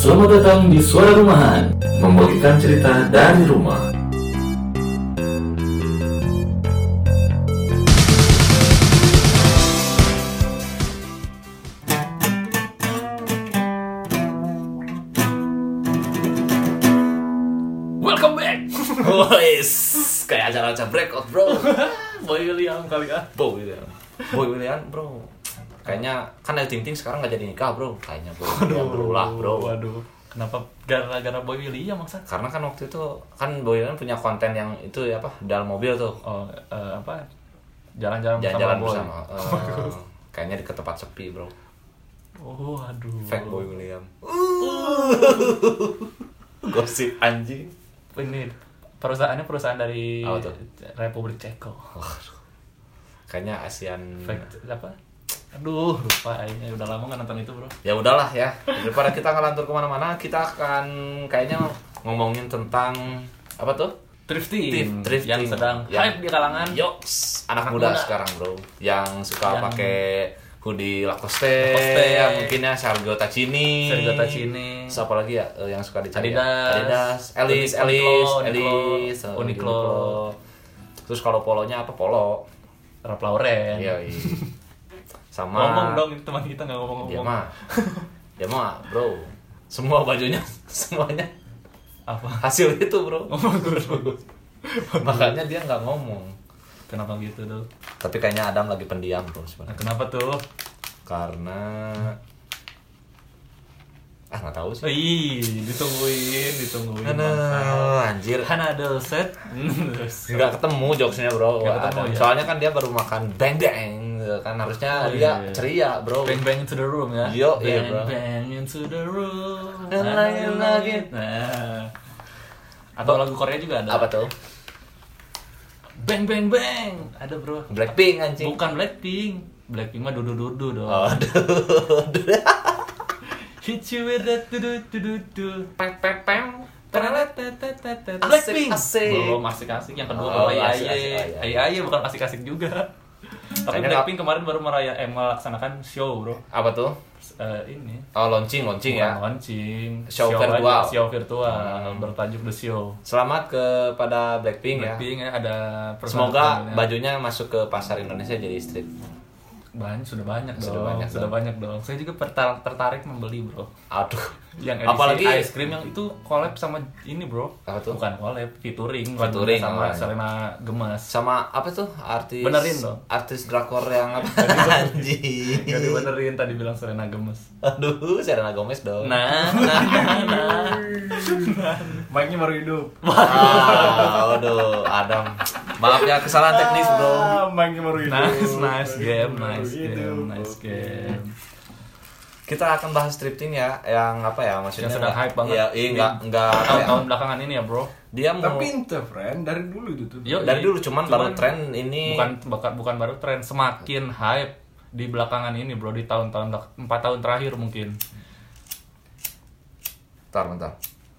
Selamat datang di Suara Rumahan, membagikan cerita dari rumah. Welcome back. Wes, kayak acara-acara breakout, bro. Boy William kali ya. Boy William, bro. Kayaknya kan Ayu Ting Ting sekarang nggak jadi nikah, bro. Kayaknya Boy William dulu lah, bro. Waduh. Kenapa gara-gara Boy William maksudnya? Karena kan waktu itu kan Boy William punya konten yang itu ya apa dalam mobil tuh. Oh, apa? Jalan-jalan Jalan-jalan Boy. bersama. Kayaknya di ke tempat sepi, bro. Oh, aduh. Fake Boy William. Gosip anjing. Ini perusahaannya perusahaan dari Apa tuh? Republik Ceko. Kayaknya ASEAN. Fake apa? Aduh, lupa ini udah lama nggak nonton itu, bro. Ya udahlah ya. Daripada kita ngelantur kemana-mana, kita akan kayaknya ngomongin tentang apa tuh? Thrifting Thrifting. yang sedang hype di kalangan Yoks, anak muda sekarang, bro. Yang suka Yang- pakai hoodie Lacoste, ya, mungkin ya Sergio Tacchini. Siapa lagi ya yang suka dicari? Adidas. Alice, Uniqlo. Terus kalau polonya apa? Polo. Ralph Lauren. Iya. Sama Ngomong dong, teman kita nggak ngomong-ngomong. Dia mah, bro. Semua bajunya semuanya Apa? hasil itu, bro. Bagus. Makanya dia nggak ngomong. Kenapa gitu tuh? Tapi kayaknya Adam lagi pendiam, bro, Nah, sebenarnya. kenapa tuh? Karena nggak tahu sih. Ditungguin. Anjir. Hana doset. Nggak ketemu jokesnya, bro. Nggak ketemu, Adam. ya? Soalnya kan dia baru makan bang bang, kan harusnya Oh, dia iya. ceria, bro. Bang bang into the room ya. Yo, iya, bro. Bang into the room. Dan lagi. Nah. Atau lagu Korea juga ada. Apa tuh? Bang bang bang. Ada, bro. Blackpink anjing. Bukan Blackpink. Blackpink mah dudu dong. Oh, aduh. Hit you with that du. Pem. Blackpink. Asik. Belum asik-asik. Yang kedua Oh, baru asik. Aye bukan asik-asik juga. Tapi Kayaknya Blackpink kemarin baru melaksanakan show, bro. Apa tuh? Ini Oh, launching ya. bukan launching. Show virtual. Show virtual bertajuk The Show. Selamat kepada Blackpink ya. Blackpink ya ada Semoga persembahan. bajunya masuk ke pasar Indonesia jadi street. sudah banyak Sudah dong. banyak Sudah dong. banyak dong. Saya juga tertarik membeli, bro. Aduh. Yang edisi Apalagi ice cream yang itu collab sama ini, bro. Apa tuh? Bukan collab, featuring Featuring, sama oh. Selena Gomez. Sama apa tuh artis? Benerin dong. Artis drakor yang apa? Anjing. Gak dibenerin tadi bilang Selena Gomez. Aduh, Selena Gomez dong. Nah. Mic-nya baru hidup. Aduh, Adam. Maaf ya kesalahan teknis, bro. Mic-nya baru hidup. Nice game. Hidup. Kita akan bahas thrifting ya, yang apa ya maksudnya? Yang sedang hype banget. Iya, enggak apa ya. Tahun-tahun belakangan ini ya, bro. Dia mau Tapi ente, friend, dari dulu itu tuh. Yuk, dari dulu cuman baru tren ini. bukan baru tren, semakin hype di belakangan ini, bro, di tahun-tahun 4 tahun terakhir mungkin. Bentar.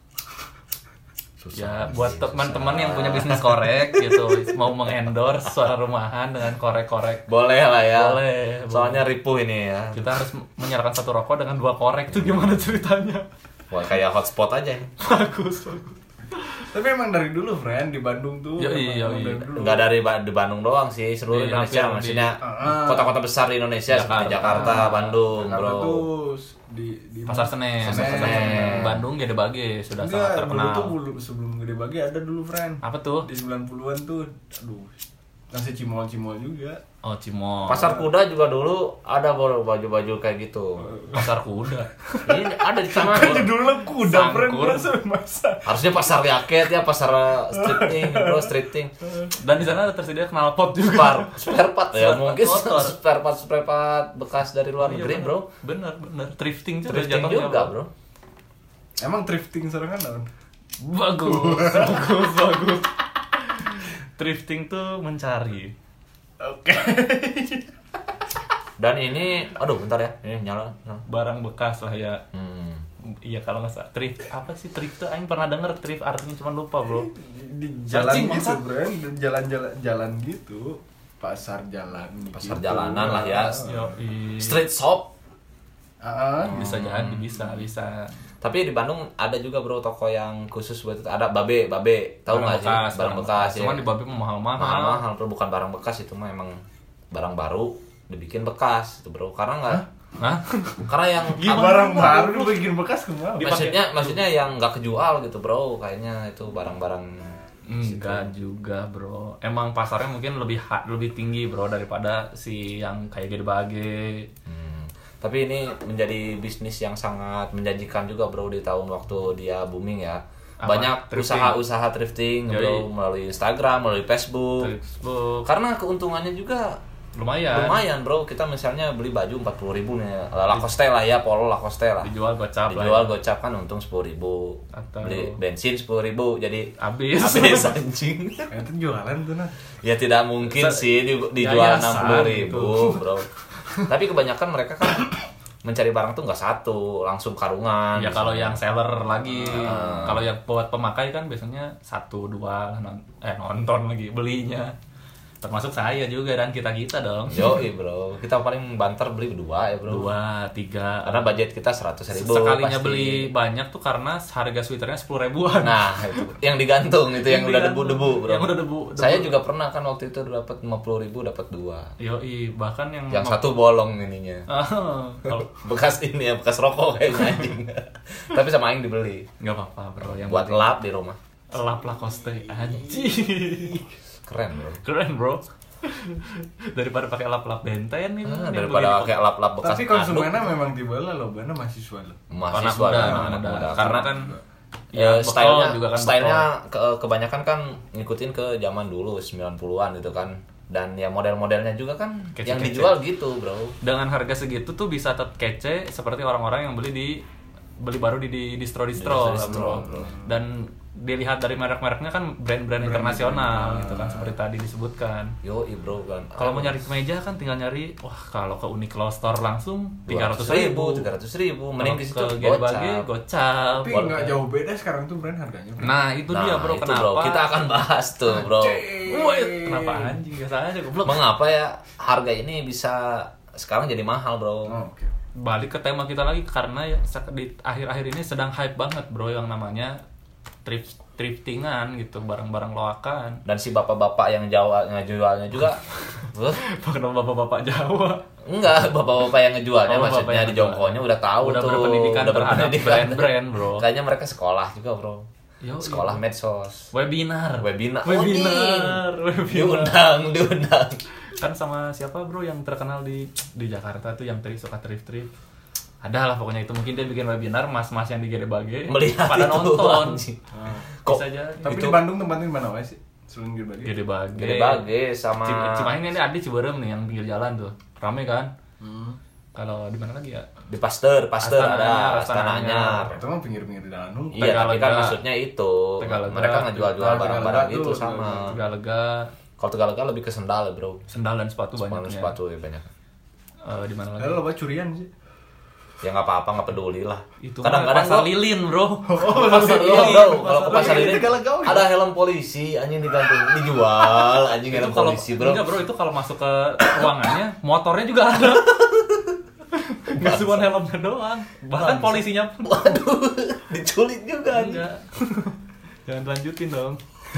Ya, buat teman-teman yang punya bisnis korek gitu, mau mengendorse Suara Rumahan dengan korek-korek. Boleh lah ya. Boleh. Soalnya ripuh ini ya. Kita harus menyalakan satu rokok dengan 2 korek tuh gimana ceritanya? Wah, kayak hotspot aja. Bagus. Tapi emang dari dulu, friend, di Bandung tuh. Yoi. emang dari dulu. Enggak di Bandung doang sih, seluruh Di Indonesia hampir maksudnya kota-kota besar di Indonesia seperti Jakarta, Bandung, Jakarta bro. tuh di Pasar Senen. Senen. Bandung Gede Bage sudah sangat Enggak, dulu terkenal. tuh sebelum Gede Bagi ada dulu, friend. Apa tuh? Di 90-an tuh, aduh, masih cimol-cimol juga. Oh, Cimol. Pasar Kuda juga dulu ada baju-baju kayak gitu. Pasar Kuda. Ini ada di sana. Judulnya kuda, friend, Sangkur. masa. Harusnya pasar rakyat ya, pasar thrifting. Dan di sana ada tersedia knalpot juga. Spare part ya, Spare mungkin motor. spare part bekas dari luar negeri, Iya, bro. Bener. Thrifting juga Thrifting jatuhnya, juga, bro. Emang thrifting sekarang kan, Don? Bagus. Thrifting tuh mencari. Oke. Dan ini, aduh bentar ya, ini nyala. Barang bekas lah ya. Hmm. Iya, kalau nggak salah thrift apa sih thrift tuh? Aing pernah denger thrift artinya cuma lupa, bro. Di jalan Searching, gitu, masa? friend, jalan gitu, pasar jalan Pasar gitu. jalanan lah ya. Yoi. Street shop. Ah, Bisa jadi, bisa. Tapi di Bandung ada juga bro toko yang khusus buat itu. Ada Babe, tahu nggak sih? Barang bekas ya. Cuman di Babe mahal-mahal. Mahal bro, bukan barang bekas itu mah emang barang baru dibikin bekas itu bro. Karena nggak. Hah? Karena yang barang baru dibikin bekas kemana? maksudnya yang nggak kejual gitu bro. Kayaknya itu barang-barang. Enggak juga bro. Emang pasarnya mungkin lebih tinggi bro daripada si yang kayak Gede Bage. Tapi ini menjadi bisnis yang sangat menjanjikan juga bro di tahun waktu dia booming ya. Banyak usaha-usaha thrifting bro melalui Instagram, melalui Facebook. Karena keuntungannya juga lumayan bro. Kita misalnya beli baju 40.000 nih, Lacoste lah ya, polo Lacoste lah. Dijual gocap kan untung 10.000. Beli bensin 10.000 jadi habis anjing. Itu jualan tuh nah. Ya tidak mungkin sih dijual 60.000 bro. Tapi kebanyakan mereka kan mencari barang tuh nggak satu, langsung karungan. Ya kalau yang seller lagi, kalau yang buat pemakai kan biasanya 1-2 nonton lagi belinya. Termasuk saya juga dan kita dong. Yoi bro, kita paling banter beli 2 ya bro. 2, 3. Karena budget kita 100.000. Sekalinya pasti. beli banyak tuh karena harga sweaternya 10.000-an. Nah itu yang digantung itu yang udah debu-debu bro. Yang udah debu. Saya juga pernah kan waktu itu dapat 50.000 dapat 2. Yoi, bahkan yang satu bolong ininya. Bekas ini ya, bekas rokok kayaknya anjing. Tapi sama aing dibeli. Enggak apa-apa bro, yang buat lap di rumah. Lap Lacoste anjing. Keren bro. Daripada pakai lap-lap Benten nih. Daripada pakai lap-lap bekas. Tapi konsumennya memang tiba lah lo, bener mahasiswa lo. Mahasiswa anak muda. Karena kan stylenya kebanyakan kan ngikutin ke zaman dulu 90-an gitu kan. Dan ya model-modelnya juga kan yang dijual gitu bro. Dengan harga segitu tuh bisa tetap kece seperti orang-orang yang beli baru di distro bro. Dan dilihat dari merek-mereknya kan brand-brand internasional gitu kan seperti tadi disebutkan. Bro kan. Kalau mau nyari kemeja kan tinggal nyari kalau ke Uniqlo Store langsung 300.000. Mending ke situ gocap. Tapi nggak jauh beda sekarang tuh brand harganya. Nah itu dia bro, itu kenapa? Bro. Kita akan bahas tuh bro. Kenapa anjing biasa aja goblok. Mengapa ya harga ini bisa sekarang jadi mahal bro? Okay. Balik ke tema kita lagi karena ya di akhir-akhir ini sedang hype banget bro yang namanya thriftingan gitu, barang-barang loakan. Dan si bapak-bapak yang ngejualnya juga kenapa bapak-bapak Jawa? Enggak, bapak-bapak yang ngejualnya maksudnya di jongkonya udah tahu udah tuh. Berpendidikan terhadap brand-brand bro. Kayaknya mereka sekolah juga bro. Sekolah medsos. Webinar. Diundang. Kan sama siapa bro yang terkenal di Jakarta tuh yang suka thrift. Ada lah pokoknya itu, mungkin dia bikin webinar mas-mas yang di Gede Bage melihat pada itu, nonton. Kok bisa jadi. Tapi itu, di Bandung tempatnya di mana sih? Selain Gede Bage. Gede Bage sama Cimahi ini ada Ciberem nih yang pinggir jalan tuh. Rame kan? Kalau di mana lagi ya? Di Pasteur ada Astana Anyar. Itu mah pinggir-pinggir di Bandung. Iya, tapi kan maksudnya itu. Mereka ngejual-jual barang-barang itu sama. Tegalega. Kalau Tegalega lebih ke sendal ya, bro. Sendal dan sepatu banyak. Sepatu ya banyak. Di mana lagi? Kalau lo curian sih. Ya nggak apa-apa, nggak peduli lah. Itu kadang-kadang pasar lilin bro. Pasar lilin bro. Kalau ke pasar lilin ada helm polisi anjing digantung dijual anjing helm polisi bro. Enggak bro, itu kalau masuk ke ruangannya motornya juga ada. Nggak cuma helmnya doang, bahkan polisinya pun. Waduh, diculik juga. Enggak. Jangan lanjutin dong.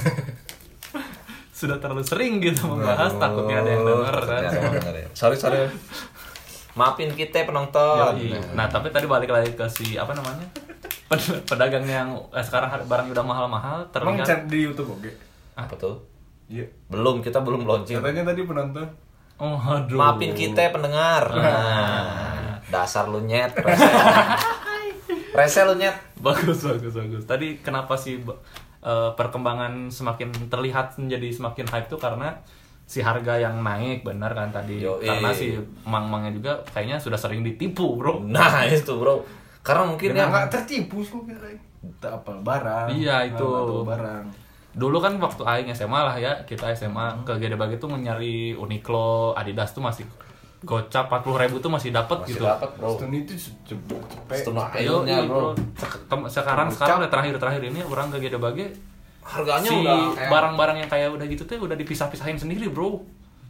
Sudah terlalu sering gitu membahas, takutnya ada yang denger kan. Sorry. Maafin kita penonton. Nah, tapi tadi balik lagi ke si apa namanya? Pedagang yang sekarang barang udah mahal-mahal terlihat. Emang di YouTube oke? Apa tuh? Iya. Kita belum launching. Katanya tadi penonton. Oh, aduh. Maafin kita pendengar. Nah, dasar lu nyet. Rese lu nyet. Bagus. Tadi kenapa sih perkembangan semakin terlihat menjadi semakin hype tuh karena si harga yang naik, benar kan tadi. Karena si mang-mangnya juga kayaknya sudah sering ditipu bro. Nah itu bro, karena mungkin ya nggak tertipu sih apa barang. Iya itu barang. Dulu kan waktu aing SMA lah ya, kita SMA ke Gede Bage tuh nyari Uniqlo, Adidas tuh masih gocap 40.000 tuh masih dapat gitu. Dapat bro. Stun itu cepet. Ayo bro. Sekarang udah terakhir ini orang ke Gede Bage harganya si udah barang-barang yang kayak udah gitu tuh udah dipisah-pisahin sendiri bro.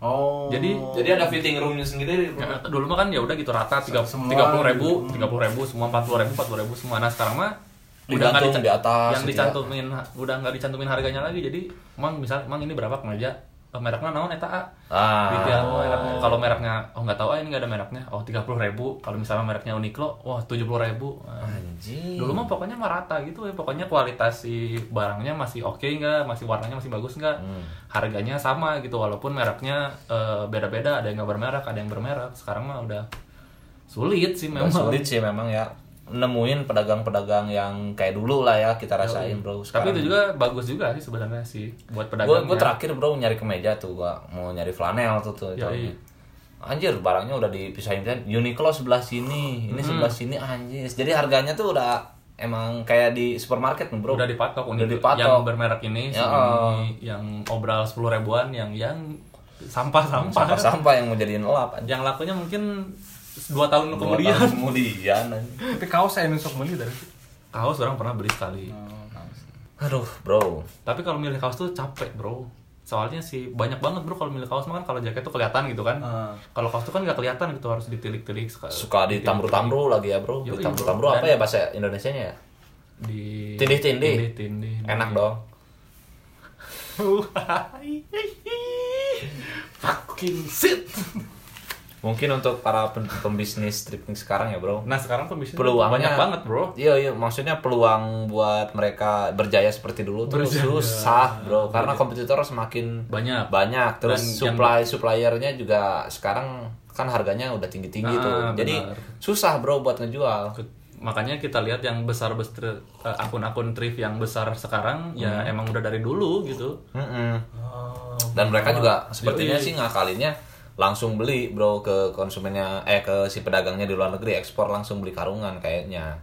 Oh. Jadi ada fitting roomnya sendiri. Ya, dulu mah kan ya udah gitu rata 30.000 semua 40.000 semua. Nah sekarang mah udah nggak di atas yang dicantumin udah nggak dicantumin harganya lagi. Jadi mang ini berapa kemeja, mereknya naon eta detail mereknya. Kalau mereknya nggak tahu ini nggak ada mereknya, 30.000. Kalau misalnya mereknya Uniqlo 70.000. Anjing. Dulu mah pokoknya mah rata gitu ya, pokoknya kualitas si barangnya masih oke nggak, masih warnanya masih bagus nggak, harganya sama gitu walaupun mereknya beda-beda, ada yang nggak bermerek, ada yang bermerek. Sekarang mah udah sulit sih memang ya nemuin pedagang-pedagang yang kayak dulu lah ya kita rasain bro. Sekarang, tapi itu juga bagus juga sih sebenarnya sih buat pedagang. Gue terakhir bro nyari kemeja tuh, gua mau nyari flanel tuh. Anjir barangnya udah dipisahin kan, Uniqlo sebelah sini, ini sebelah sini anjir. Jadi harganya tuh udah emang kayak di supermarket bro. Udah dipatok. Yang bermerek ini, yang obral 10 ribuan, yang sampah yang mau jadiin lap. Yang lakunya mungkin 2 tahun kemudian. Tapi kaos saya nusuk beli dari itu. Kaos orang pernah beli sekali. Aduh bro. Tapi kalau milih kaos tuh capek bro. Soalnya sih banyak banget bro kalau milih kaos mah kan, kalau jaket tuh kelihatan gitu kan. Kalau kaos tuh kan nggak kelihatan gitu, harus ditilik-tilik. Suka ditambru-tambru lagi ya bro. Ditambru apa ya bahasa Indonesianya ya? Tindih-tindih. Enak dong. Fucking shit. Mungkin untuk para pembisnis thrifting sekarang ya bro. Nah sekarang pembisnis peluangnya banyak banget bro. Iya maksudnya peluang buat mereka berjaya seperti dulu tuh susah bro. Karena kompetitor semakin banyak. Terus suppliernya juga sekarang kan harganya udah tinggi-tinggi tuh. Jadi susah bro buat ngejual. Makanya kita lihat yang besar-besar akun-akun thrift yang besar sekarang ya emang udah dari dulu gitu. Dan mereka juga sepertinya sih ngakalinnya langsung beli bro ke konsumennya, ke si pedagangnya di luar negeri, ekspor langsung beli karungan kayaknya.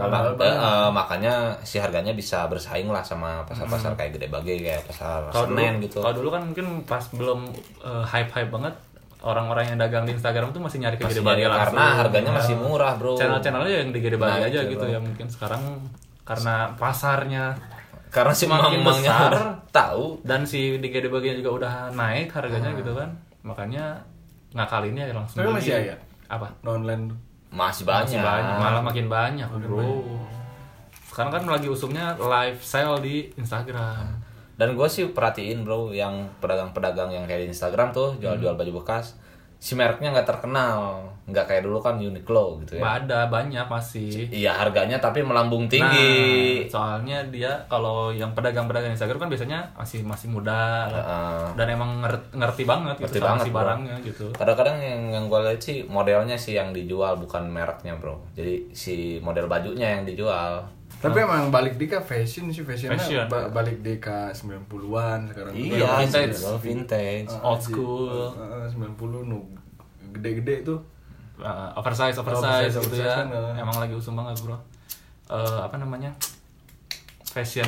Makanya si harganya bisa bersaing lah sama pasar-pasar kayak Gede Bage, kayak pasar Senen gitu. Kalau dulu kan mungkin pas belum hype banget, orang-orang yang dagang di Instagram tuh masih nyari ke Gede Bage langsung. Karena harganya masih murah bro. Channel-channelnya yang di Gede Bage aja gitu ya. Mungkin sekarang karena pasarnya karena si makin besar tahu, dan si di Gede Bage juga udah naik harganya gitu kan. Makanya ngakalinnya langsung. Tapi masih ada apa? Online masih banyak. Malah makin banyak bro. Sekarang kan lagi usumnya live sale di Instagram. Dan gue sih perhatiin bro, yang pedagang-pedagang yang kayak di Instagram tuh jual-jual baju bekas, si mereknya nggak terkenal, nggak kayak dulu kan Uniqlo gitu ya. Ada banyak masih. Iya harganya tapi melambung tinggi. Nah, soalnya dia kalau yang pedagang-pedagang Instagram kan biasanya masih muda dan emang ngerti banget gitu sama si barangnya gitu. Kadang-kadang yang gue lihat sih modelnya sih yang dijual, bukan mereknya bro. Jadi si model bajunya yang dijual. Tapi emang balik di fashion sih, fashionnya balik di 90-an sekarang. Iya, vintage, old school. 90 gede-gede itu. Oversize gitu ya. Emang lagi usum banget, bro. Apa namanya? Fashion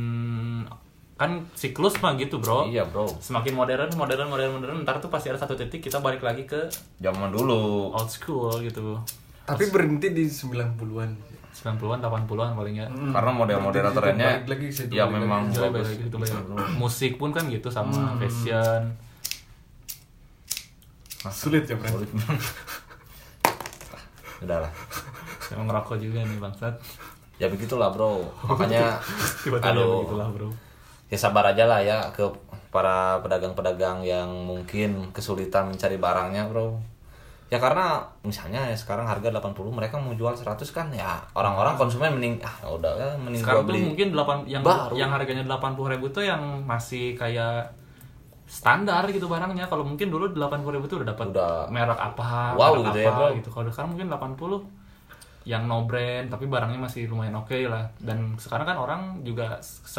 kan siklus mah gitu, bro. Iya, bro. Semakin modern, ntar tuh pasti ada satu titik kita balik lagi ke zaman dulu. Old school gitu. Tapi berhenti di 90-an. 90-an, 80-an paling ya. Karena model-model trennya ya memang bagus. Musik pun kan gitu sama fashion. Sulit ya, bro. Udahlah. Emang ngerokok juga nih bangsat. Ya begitulah, bro. Makanya begitulah, bro. Ya sabar aja lah ya ke para pedagang-pedagang yang mungkin kesulitan mencari barangnya, bro. Ya karena misalnya ya sekarang harga 80, mereka mau jual 100 kan ya orang-orang konsumen mending mending sekarang beli. Tuh mungkin yang harganya 80.000 tuh yang masih kayak standar gitu barangnya. Kalau mungkin dulu 80.000 tuh udah dapat merek apa, wow gitu ya, bro. Gitu. Kalau sekarang mungkin 80 yang no brand tapi barangnya masih lumayan oke lah. Dan sekarang kan orang juga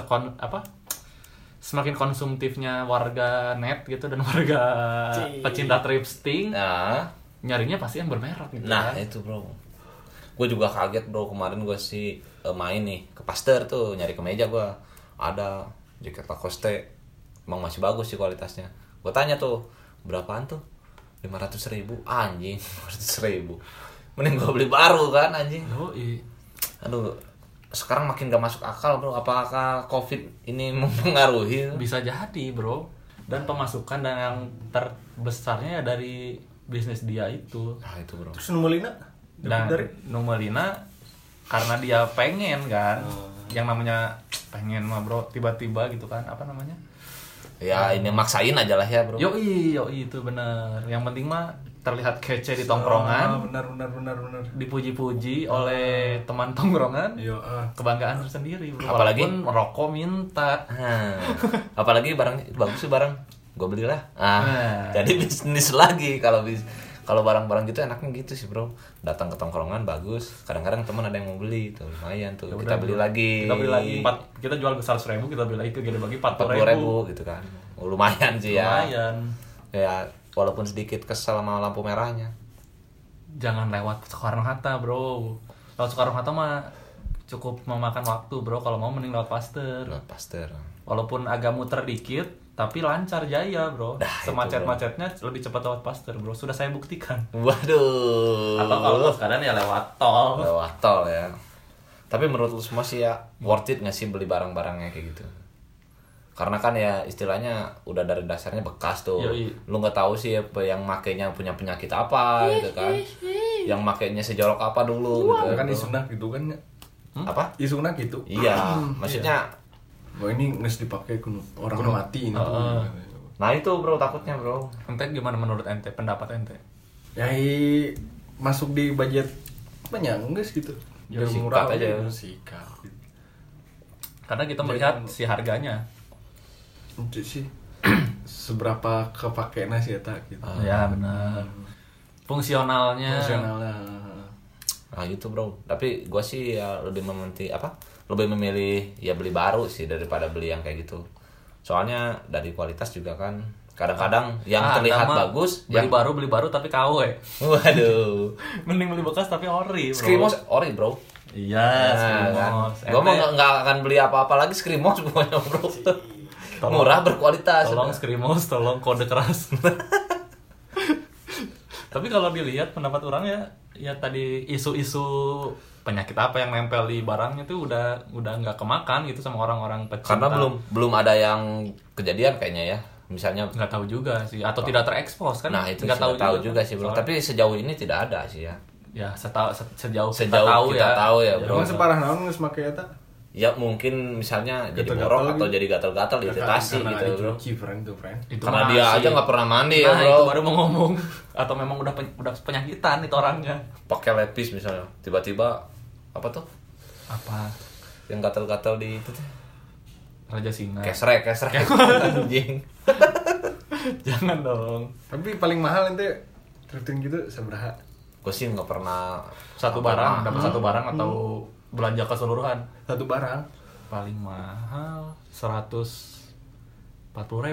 semakin konsumtifnya warga net gitu dan warga pecinta thrifting. Nyarinya pasti yang bermerek gitu. Nah itu bro, gue juga kaget bro, kemarin gue sih main nih ke Pasteur tuh nyari kemeja, gue ada jaket Lacoste, emang masih bagus sih kualitasnya. Gue tanya tuh berapaan tuh, 500.000 anjing. 500.000 mending gue beli baru kan anjing. Aduh sekarang makin gak masuk akal bro. Apakah COVID ini mempengaruhi? Bisa jadi bro. dan pemasukan dan yang terbesarnya ya dari bisnis dia itu. Nah itu bro. Terus Numelina? Dan Numelina karena dia pengen kan, yang namanya pengen mah bro, tiba-tiba gitu kan, apa namanya? Ya ini maksain aja lah ya bro. Yoi itu bener. Yang penting mah terlihat kece di tongkrongan. Benar. Dipuji-puji oleh teman tongkrongan. Iya. Kebanggaan tersendiri bro. Apalagi walaupun rokok minta. Apalagi barang itu bagus sih barang. Gue belilah. Jadi bisnis lagi kalau barang-barang gitu enaknya gitu sih bro. Datang ke tongkrongan bagus. Kadang-kadang teman ada yang mau beli tuh lumayan tuh. Ya kita beli lagi. Kita beli lagi. Kita jual 100.000, kita beli lagi ke gede bagi 40.000 gitu kan. Lumayan sih ya. Lumayan. Ya walaupun sedikit kesel sama lampu merahnya. Jangan lewat Soekarno-Hatta bro. Lewat Soekarno-Hatta mah cukup memakan waktu bro. Kalau mau mending lewat Pasteur. Walaupun agak muter dikit, tapi lancar jaya bro. Semacet-macetnya lebih cepat lewat Pasteur bro. Sudah saya buktikan. Waduh. Atau kalau sekarang ya lewat tol. Lewat tol ya. Tapi menurut lu semua sih ya worth it nggak sih beli barang-barangnya kayak gitu? Karena kan ya istilahnya udah dari dasarnya bekas tuh. Lu nggak tahu sih apa yang makainya punya penyakit apa gitu kan. Yang makainya sejorok apa dulu gitu. Kan isunah gitu kan ya. Apa? Isunah gitu. Iya, maksudnya wah ini nges dipakai orang mati ini. Nah itu bro takutnya bro. Ente gimana menurut ente? Pendapat ente? Ya masuk di budget banyak enggak gitu. Ya, sikat aja. Sikat. Karena kita melihat si harganya. Itu sih seberapa kepakainya sih eta gitu. Ya benar. Fungsionalnya. Nah gitu bro. Tapi gue sih ya lebih memilih ya beli baru sih daripada beli yang kayak gitu. Soalnya dari kualitas juga kan kadang-kadang yang terlihat bagus beli baru tapi KW. Waduh. Mending beli bekas tapi ori bro. Skrimos ori bro. Iya, Skrimos. Gue mau nggak akan beli apa-apa lagi Skrimos pokoknya bro. Murah berkualitas. Tolong Skrimos, tolong kode keras. Tapi kalau dilihat pendapat orang ya tadi isu-isu penyakit apa yang nempel di barangnya tuh udah nggak kemakan gitu sama orang-orang pecinta. Karena belum ada yang kejadian kayaknya ya. Misalnya nggak tahu juga sih atau tidak terekspos kan. Nah, itu nggak tahu juga sih, bro. Tapi sejauh ini tidak ada sih ya. Ya, sejauh kita tahu ya, bro. Emang separah naon geus make eta? Ya mungkin misalnya jadi borok atau jadi gatal-gatal diiritasi gitu, bro. Karena dia aja nggak pernah mandi ya, bro. Nah, itu baru mau ngomong. Atau memang udah penyakitan itu orangnya. Pakai lepis misalnya, tiba-tiba apa tuh? Apa? Yang gatal-gatal di itu tuh. Raja Singa. Kesrek anjing. Jangan dong. Tapi paling mahal ente thrifting gitu seberapa? Gue sih nggak pernah dapat satu barang atau belanja keseluruhan. Satu barang paling mahal 140.000.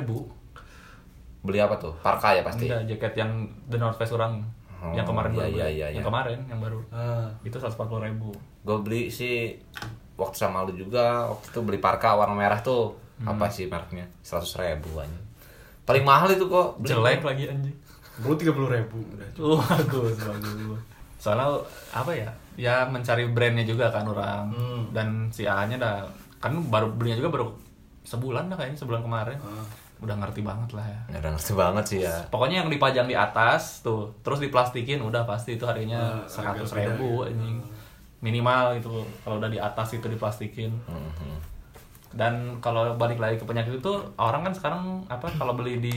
Beli apa tuh? Parka ya pasti. Enggak, jaket yang The North Face orang. Yang kemarin yang kemarin yang baru. Itu 140.000. Gue beli sih waktu sama lu juga, waktu itu beli parka warna merah tuh. Apa sih mereknya? 100.000 anjing. Paling mahal itu kok. Jelek lagi anjing. Bro 30.000 udah. Bagus. Soalnya apa ya? Ya mencari brandnya juga kan orang. Dan si A-nya kan baru belinya juga baru sebulan dah kayaknya, sebulan kemarin. Udah ngerti banget lah ya. Udah ngerti banget sih ya. Pokoknya yang dipajang di atas tuh, terus diplastikin udah pasti itu harganya 100.000 anjing. Minimal gitu kalau udah di atas itu diplastikin. Dan kalau balik lagi ke penyakit itu, orang kan sekarang kalau beli di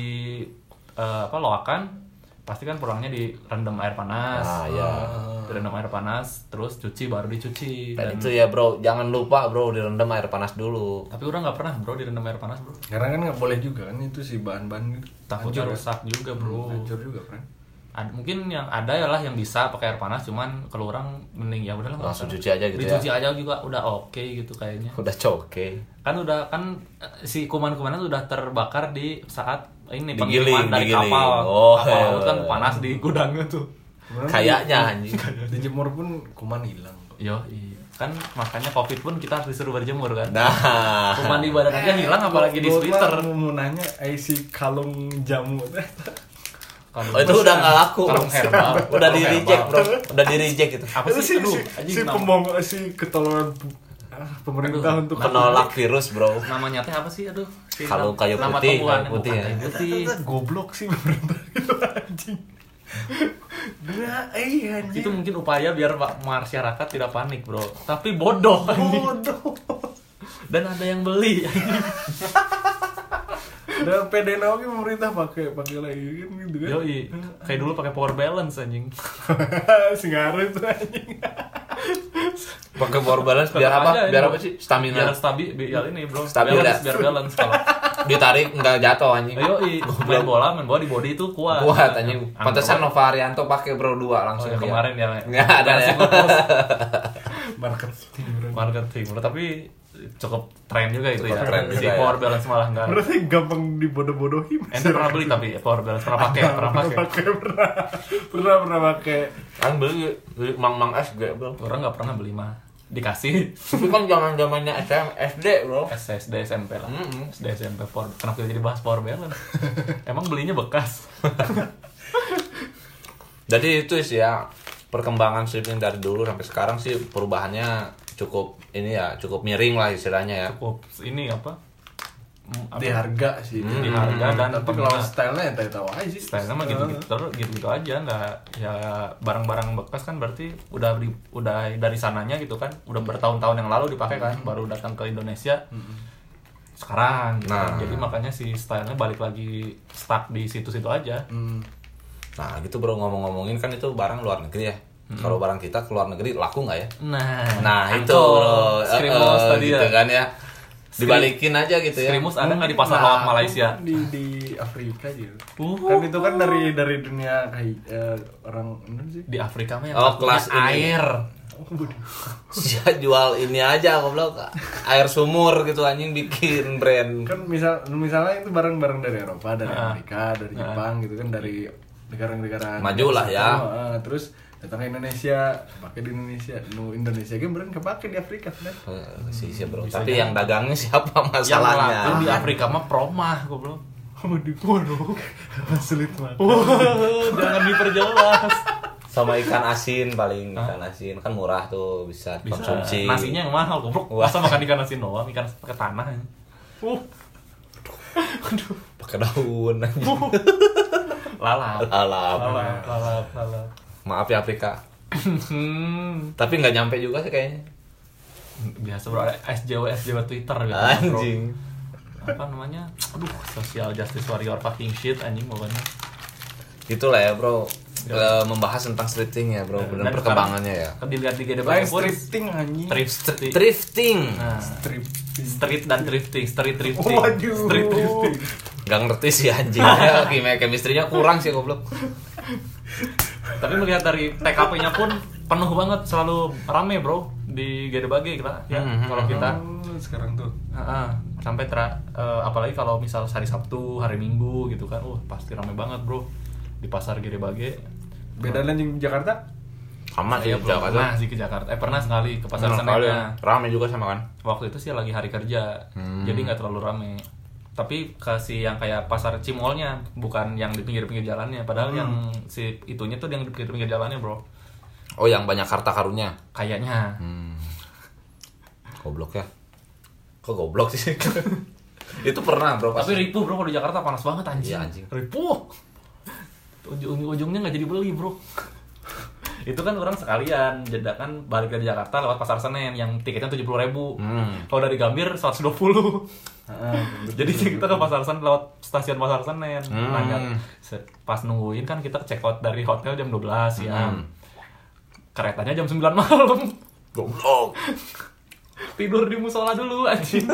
loakan pasti kan pulangnya direndam air panas. Direndam air panas, terus cuci baru dicuci. Dan itu ya bro, jangan lupa bro direndam air panas dulu. Tapi udah nggak pernah bro direndam air panas bro. Karena kan nggak boleh juga kan itu si bahan-bahan gitu. Takutnya rusak juga bro. Hancur juga kan. Mungkin yang ada ya bisa pakai air panas, cuman kalau orang mending ya udahlah langsung cuci aja gitu. Dicuci aja juga udah oke gitu kayaknya. Udah coke. Kan si kuman-kumannya udah terbakar di saat ini pengiriman dari kapal. Kapal laut kan panas di gudangnya tuh. Kayaknya anjing. Dijemur pun kuman hilang. Yo, kan makanya Covid pun kita harus disuruh berjemur kan. Nah, kuman di badan aja hilang apalagi di sweater. Mau nanya si kalung jamu itu udah nggak laku. Udah di reject bro. Udah di reject itu. Apa sih? Si ketololan pemerintah untuk menolak virus, bro. Namanya teh apa sih? Aduh. Kalau kayu nama putih, tumbuhan, kayu putih ya. kayu putih. goblok sih pemerintah itu anjing. Anjing. Itu mungkin upaya biar masyarakat tidak panik, bro. Tapi bodoh. Bodoh. Dan ada yang beli. Dan PD oke pemerintah pakai lagi kan gitu kan. Yoi. Kayak dulu pakai power balance anjing. Singaru itu anjing. Pakai power balance biar apa? Biar apa sih? Stamina. Biar stabil, biar ini, bro. Stabil ya? Biar balance kalau Ditarik nggak jatuh anjing. Yoi. Main bola di body itu kuat. Kuat anjing. Pantesan Nova Arianto pakai bro 2 langsung. Oh, ya, kemarin ya. Nggak ada ya. Marketing, bro. Tapi cukup tren juga itu Cukup ya. tren Si juga power ya. balance malah enggak. Berarti gampang dibodoh-bodohin. Ente pernah beli tapi power balance pernah pakai. Pernah pakai. Kan beli mang SG bro. Orang nggak pernah beli mah. Dikasih. Tapi kan zaman-zamannya SD bro. SD SMP lah. SD SMP kenapa jadi bahas power balance? Emang belinya bekas. Jadi itu sih ya perkembangan streaming dari dulu sampai sekarang sih perubahannya cukup miring lah istilahnya ya. Cukup ini apa? Di harga sih. Di harga dan tapi kalau stylenya yang tahu aja sih. Stylenya mah gitu aja, nggak ya barang-barang bekas kan berarti udah dari sananya gitu kan, udah bertahun-tahun yang lalu dipakai kan, baru datang ke Indonesia sekarang gitu kan. Jadi makanya si stylenya balik lagi stuck di situ-situ aja. Nah gitu bro, ngomongin kan itu barang luar negeri ya. Kalau barang kita ke luar negeri laku nggak ya? Nah itu bro, Skrimus tadi gitu ya kan ya. Dibalikin aja gitu ya. Skrimus ada nggak di pasar lawak Malaysia? Di Afrika gitu. Kan itu kan dari dunia orang mana sih? Di Afrika mah yang kelas air. Dia jual ini aja goblok. Air sumur gitu anjing bikin brand. Kan misalnya itu barang-barang dari Eropa, dari Amerika, dari Jepang gitu kan, dari negara-negara maju lah ya. Terus datang ke Indonesia, pakai di Indonesia. Indonesia kan brand kepake di Afrika kan. Sih bro. Tapi yang dagangnya siapa masalahnya? Yang laku di Afrika mah promah goblok. Waduh. Sulit banget. Jangan diperjelas. Sama ikan asin paling, ikan asin kan murah tuh bisa konsumsi. Nasinya yang mahal goblok. Masa makan ikan asin doang, ikan pakai tanah. Aduh. Pakai daun anjing. Lalap. Maaf ya Afrika. Tapi nggak nyampe juga sih kayaknya. Biasa bro, SJW Twitter gitu. Anjing. Bro. Apa namanya? Aduh, social justice warrior fucking shit anjing pokoknya. Itulah ya bro. Membahas tentang thrifting ya bro, benar perkembangannya ya. Dilihat di GDB pun thrifting anjing. Thrifting. Nah, street dan thrifting, street thrifting. Waduh. Street thrifting. Gak ngerti sih anjingnya, chemistry-nya kurang sih goblok. Tapi melihat dari TKP-nya pun penuh banget, selalu rame bro di GDB kita ya. Kalau kita sekarang tuh. Sampai apalagi kalau misal hari Sabtu, hari Minggu gitu kan, pasti rame banget bro di pasar GDB. Beda dengan Jakarta? Sama sih Jakarta. Pernah sih ke Jakarta. Pernah sekali ke pasar Senen. Rame juga sama kan. Waktu itu sih lagi hari kerja, jadi nggak terlalu rame. Tapi kasih yang kayak pasar Cimolnya, bukan yang di pinggir-pinggir jalannya. Padahal yang si itunya tuh yang di pinggir-pinggir jalannya bro. Oh yang banyak harta karunnya? Kayaknya. Goblok ya. Kok goblok sih? Itu pernah bro. Tapi ripuh bro, kalau di Jakarta panas banget anjing. Iya anjing. Ripuh. Ujung-ujungnya nggak jadi beli bro. Itu kan orang sekalian jeda kan balik dari Jakarta lewat pasar Senen yang tiketnya 70.000. Kalau dari Gambir 120. Jadi kita ke pasar Senen lewat stasiun pasar Senen. Nanya pas nungguin kan kita check out dari hotel jam 12 ya. Keretanya jam 9 malam. Goblok. Tidur di musola dulu anjing.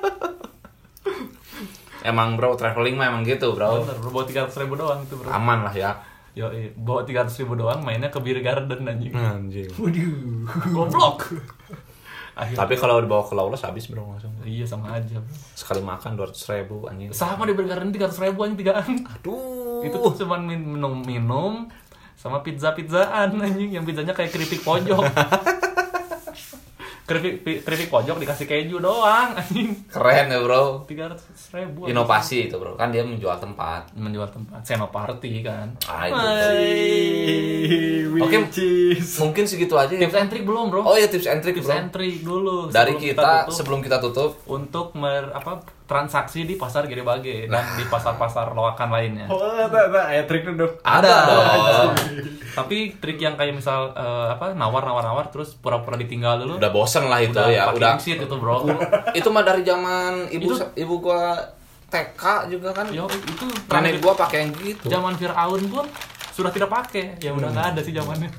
Emang bro traveling mah emang gitu bro. Bener, bawa 300.000 doang itu bro. Aman lah ya. Yo, bawa 300.000 doang mainnya ke Beer Garden anjing. Anjing. Waduh. Goblok. Tapi kalau dibawa ke Lawless habis bro langsung. Iya sama aja bro. Sekali makan 200.000 anjing. Sama di Beer Garden 300.000 anjing tigaan. Aduh. Itu tuh cuma minum sama pizza-pizzaan anjing, yang pizzanya kayak keripik pojok. keripik pojok dikasih keju doang anjing. Keren ya bro. 300.000. Inovasi itu bro, kan dia menjual tempat. Senoparty kan. Oke, mungkin segitu aja ya. Tips and trick belum bro? Oh iya, tips and trick Tips bro. and trick dulu. Dari kita sebelum kita tutup untuk transaksi di pasar Giribage dan di pasar-pasar loakan lainnya. Oh, ada trik dulu. ada dong. Tapi trik yang kayak misal nawar terus pura-pura ditinggal dulu. Udah bosen lah itu ya, udah shit itu bro. Itu mah dari zaman ibu gua TK juga kan. Yo, itu Nenek gua pakai yang gitu. Zaman Firaun pun sudah tidak pakai. Ya udah nggak ada sih zamannya.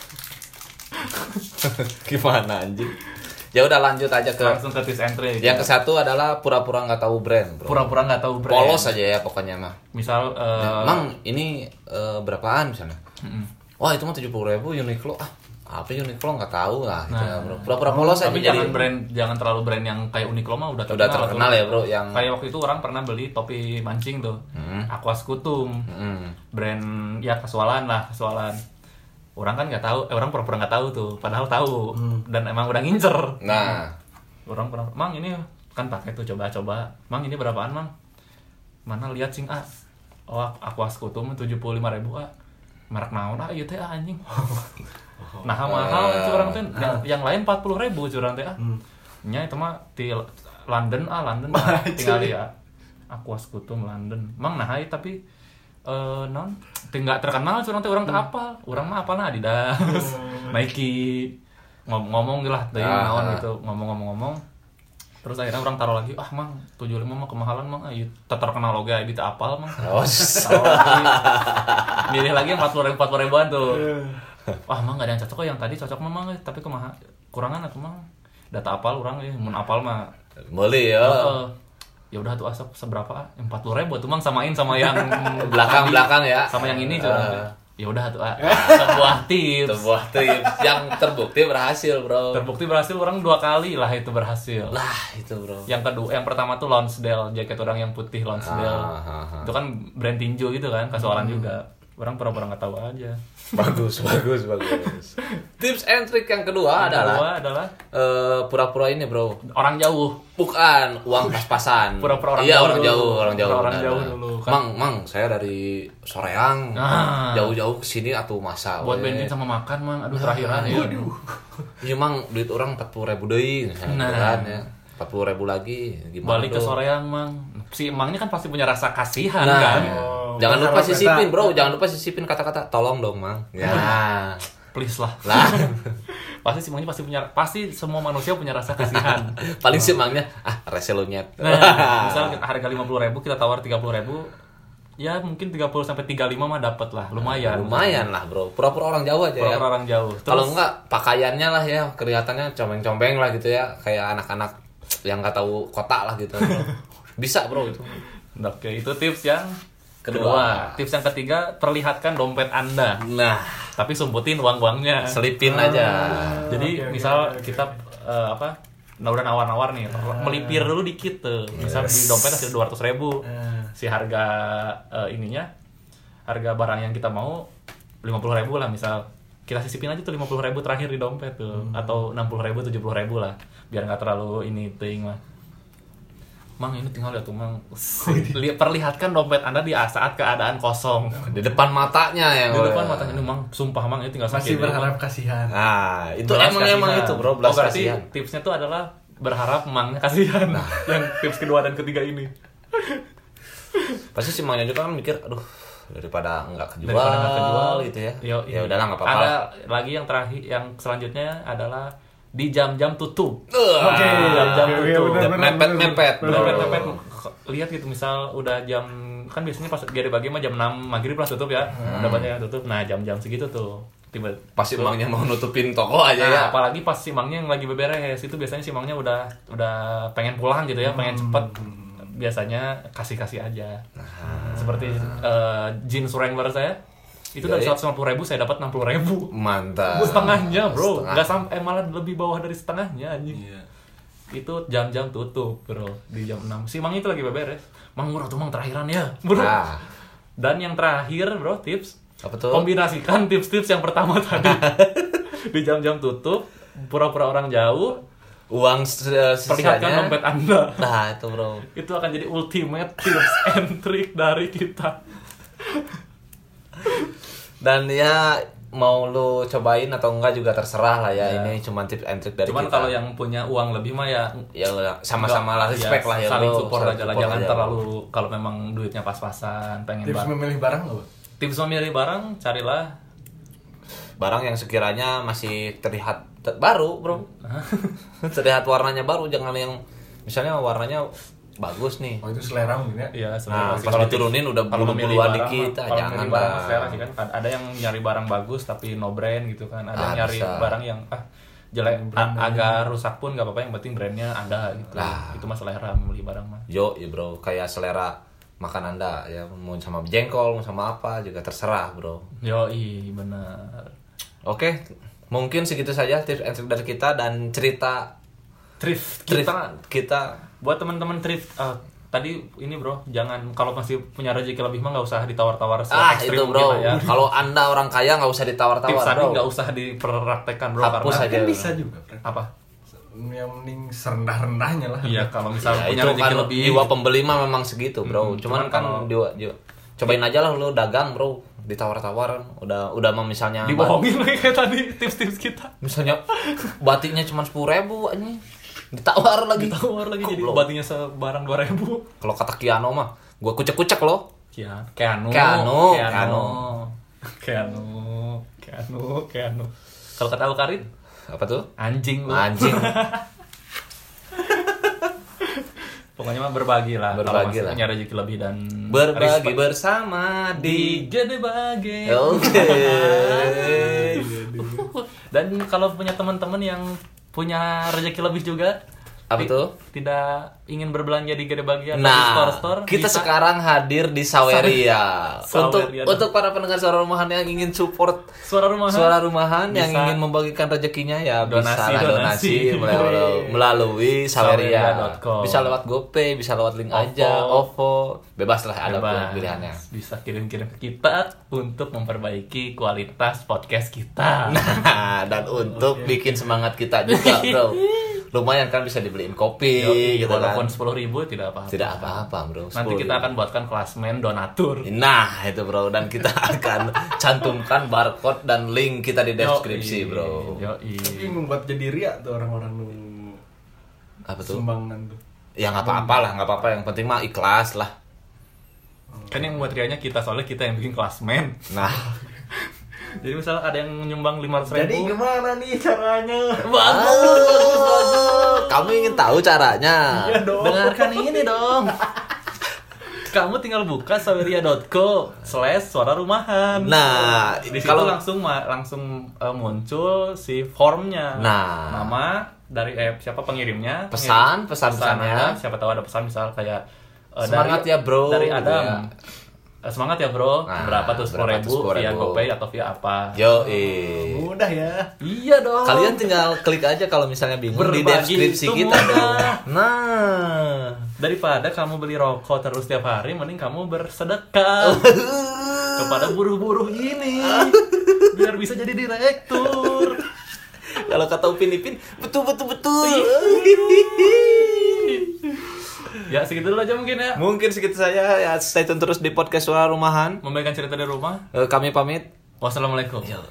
Gimana anjing? Ya udah lanjut aja ke Langsung ke tips and trick. yang ke-1 adalah pura-pura nggak tahu brand, bro. Pura-pura nggak tahu brand. Polos aja ya pokoknya mah. Misal Mang, ini berapaan misalnya? Wah, itu mah 70.000 Uniqlo. Apa Uniqlo nggak tahu lah gitu ya, bro. Pura-pura polos aja. tapi jangan terlalu brand yang kayak Uniqlo mah udah terkenal ya, bro, yang kayak waktu itu orang pernah beli topi mancing tuh. Aqua Scutum. Brand ya kasualan. Orang kan nggak tahu, orang pura-pura nggak tahu tuh, padahal tahu dan emang udah ngincer. Nah, orang pernah, Mang ini kan pakai tuh coba, Mang ini berapaan Mang? Mana lihat sing oh Aqua Scutum 75.000 merek naon ieu teh anjing. Nah mahal itu orang teh, yang lain 40.000 curang teh nya itu mah di London tinggal ya Aqua Scutum London. Mang nah tapi non tinggal terkenal curang teh orang teh hafal. Urang mah hafalna Adidas, Nike. Ngomong lah teh naon gitu, ngomong. Terus akhirnya orang taruh lagi, Mang 75 mah kemahalan Mang, ieu terkenal oge aya di teu apal Mang. Milih lagi yang 40.000-an tuh. Mang enggak ada yang cocok kok, yang tadi cocok mah Mang, tapi kurangan atuh Mang. Data apal urang mun apal mah boleh ya. Ya udah tuh asap seberapa 40.000 tuh Mang, samain sama yang belakang ya, sama yang ini curang. Ya udah tuh sebuah tips yang terbukti berhasil, bro. Terbukti berhasil, orang 2 kali lah itu berhasil. Lah itu, bro. Yang pertama tuh Lonsdale, jaket orang yang putih Lonsdale. Itu kan brand tinju gitu kan, kasualan juga. Orang pura-pura nggak tahu aja. Bagus. Tips and trick yang kedua adalah pura-pura ini, bro. Orang jauh. Bukan uang pas-pasan. Pura-pura orang jauh. Orang jauh dulu. Kan. Mang, saya dari Soreang. Jauh-jauh ke sini atuh masa. Buat bensin sama makan, Mang. Aduh, terakhiran ya. Iya, Mang, duit orang 40.000 deui kan ya. 40.000 lagi gimana? Balik ke Soreang, Mang. Si Emangnya kan pasti punya rasa kasihan kan. Jangan lupa sisipin, bro. Jangan lupa sisipin kata-kata tolong dong, Mang. Ya. Please lah. Pasti si Mangnya pasti semua manusia punya rasa kasihan. Paling si Mangnya rese lu nyet. Misal harga 50.000 kita tawar 30.000, ya mungkin 30 sampai 35 mah dapat lah, lumayan lah, bro. Pura-pura orang jauh aja ya. Pura-pura orang jauh. Kalau enggak pakaiannya lah ya, kelihatannya combeng-combeng lah gitu ya, kayak anak-anak yang enggak tahu kota lah gitu. Bisa, bro, itu. Oke, itu tips yang kedua. Tips yang ketiga, perlihatkan dompet Anda. Nah, tapi sumputin uang-uangnya. Selipin aja. Jadi misal kita udah nawar-nawar nih, melipir dulu dikit tuh. Misal di dompet ada 200.000. Si harga harga barang yang kita mau 50.000 lah misal. Kita sisipin aja tuh 50.000 terakhir di dompet tuh, atau 60.000, 70.000 lah, biar nggak terlalu ting lah. Mang ini tinggal lihat tuh Mang. Perlihatkan dompet Anda di saat keadaan kosong. Di depan matanya ya. Di depan matanya ini Mang, sumpah Mang ini tinggal masih berharap kasihan. Nah, itu emang itu, bro, belas kasihan. Berarti tipsnya tuh adalah berharap Mangnya kasihan. Nah. Yang tips kedua dan ketiga ini. Pasti si Mangnya juga kan mikir, aduh, daripada nggak kejual gitu ya. Ya udahlah nggak apa-apa. Ada lagi yang terakhir, yang selanjutnya adalah di jam-jam tutup. Oke. Jam-jam tutup. Mepet. Lihat gitu, misal udah jam, kan biasanya pas Giribage mah jam 6 maghrib lah tutup ya. Udah banyak yang tutup. Nah, jam-jam segitu tuh tiba pasti Mangnya mau nutupin toko aja ya. Apalagi pas si Mangnya yang lagi beberes, itu biasanya si Mangnya udah pengen pulang gitu ya, pengen cepet. Biasanya kasih aja. Seperti jeans Wrangler saya itu dari 150.000 saya dapat 60.000. Mantap. Setengahnya, bro. Nggak sampai, malah lebih bawah dari setengahnya anjing. Iya. Itu jam-jam tutup, bro. Di jam 6. Si Mang itu lagi beberes. Mang murah tuh Mang, terakhiran ya, bro. Dan yang terakhir, bro, tips. Apa tuh? Kombinasikan tips-tips yang pertama tadi. Di jam-jam tutup, pura-pura orang jauh, uang perlihatkan dompet Anda. Nah, itu bro. Itu akan jadi ultimate tips and trick dari kita. Dan ya mau lu cobain atau enggak juga terserah lah ya. Ini cuma tips and trick dari cuman kita. kalau yang punya uang lebih mah ya sama-sama lah, respect lah ya, saling bro. support aja lah, jangan aja. terlalu kalau memang duitnya pas-pasan pengen Tips memilih barang nggak? tips memilih barang, carilah barang yang sekiranya masih terlihat baru, bro. Terlihat warnanya baru, jangan yang misalnya warnanya bagus nih. Oh itu selera mungkin ya? Iya, Nah, sih. pas Kalau diturunin udah kalau memilih bulu-buluan barang dikit, mah, kalau jangan memilih barang lah. selera sih kan. Ada yang nyari barang bagus tapi no brand gitu kan. Ada yang nyari bisa. barang yang jelek, agak rusak pun gak apa-apa, yang penting brandnya ada gitu. Lah. Itu mah selera memilih barang mah. Yo, ya bro, kayak selera makan Anda ya, mau sama jengkol, mau sama apa juga terserah, bro. Yoi, benar. Oke, mungkin segitu saja tips and trick dari kita dan cerita Thrift kita. buat teman-teman thrift tadi ini bro, jangan kalau masih punya rezeki lebih mah nggak usah ditawar-tawar Itu bro, mungkin lah ya. kalau Anda orang kaya nggak usah ditawar-tawar, Tips tadi bro. nggak usah dipraktekkan bro, Hapus karena aja. Kan bisa juga, Fred. apa? Yang mending serendah-rendahnya lah. Iya, kalau misalnya Ya, punya itu rezeki kan lebih jiwa pembeli mah memang segitu, bro. Cuman cuman kan kalau- jiwa. Cobain aja lah lu dagang, bro. Ditawar-tawar udah mah misalnya dibohongin kayak tadi tips-tips kita. misalnya batiknya cuma 10.000 anjing. Ditawar lagi. Ditawar lagi jadi Goblok. batiknya sebarang 2.000. Kalau kata Kiano mah, gua kucek-kucek loh. Keanu. Kalau kata Alkarin, Apa tuh? anjing lu. Anjing. Pokoknya mah berbagi lah. Berbagi Kalau masih lah. punya rezeki lebih dan Berbagi respect bersama di di Gede Bage. Oke. Dan kalau punya teman-teman yang punya rezeki lebih juga, Apa tuh? Tidak ingin berbelanja di Gede Bage atau di Nah, store-store, kita bisa sekarang hadir di Saweria. Saweria. Untuk para pendengar suara rumahan yang ingin support suara rumahan. suara rumahan yang Bisa. ingin membagikan rezekinya ya Donasi, bisa lah donasi donasi. melalui Saweria. Saweria.com. Bisa lewat GoPay, bisa lewat link OVO. aja, OVO, bebas lah ada Bebas. pilihannya. Bisa kirim-kirim ke kita untuk memperbaiki kualitas podcast kita. Nah, dan untuk bikin semangat kita juga, bro. Lumayan kan bisa dibeliin kopi Yoi, gitu kan. walaupun 10.000 tidak apa-apa. Tidak apa-apa, bro. Nanti 10.000. kita akan buatkan klasmen donatur. Nah, itu bro, dan kita akan cantumkan barcode dan link kita di deskripsi, Yoi, bro. Yoi. Tapi membuat jadi riak tuh orang-orang nu Apa tuh? sumbangan tuh. Ya nggak apa-apa lah, nggak apa-apa. Yang penting mah ikhlas lah. Kan yang buat rianya kita, soalnya kita yang bikin klasmen. Nah, Jadi misalnya ada yang nyumbang 500.000. Jadi gimana nih caranya? bagus. Kamu ingin tahu caranya? Iya dong. Dengarkan ini dong. Kamu tinggal buka saweria.co/suara rumahan. Nah, Di situ kalau langsung muncul si formnya. Nah. Nama dari siapa pengirimnya? Pesan-pesannya. Siapa tahu ada pesan misal kayak Semangat ya, bro. Dari Adam. Ya. Semangat ya bro. Nah, berapa tuh 10.000 berapa tuh via 10.000? GoPay atau via apa? yo, Mudah ya. Iya dong. kalian tinggal klik aja kalau misalnya bingung di Berbagi deskripsi itu kita. mudah. Nah, Daripada kamu beli rokok terus tiap hari, mending kamu bersedekah kepada buruh-buruh ini biar bisa jadi direktur. kalau kata Upin Ipin, betul. Ya segitu dulu aja mungkin ya. Mungkin segitu saja ya. Stay tune terus di podcast Suara Rumahan. Memberikan cerita dari rumah. Kami pamit. Wassalamualaikum.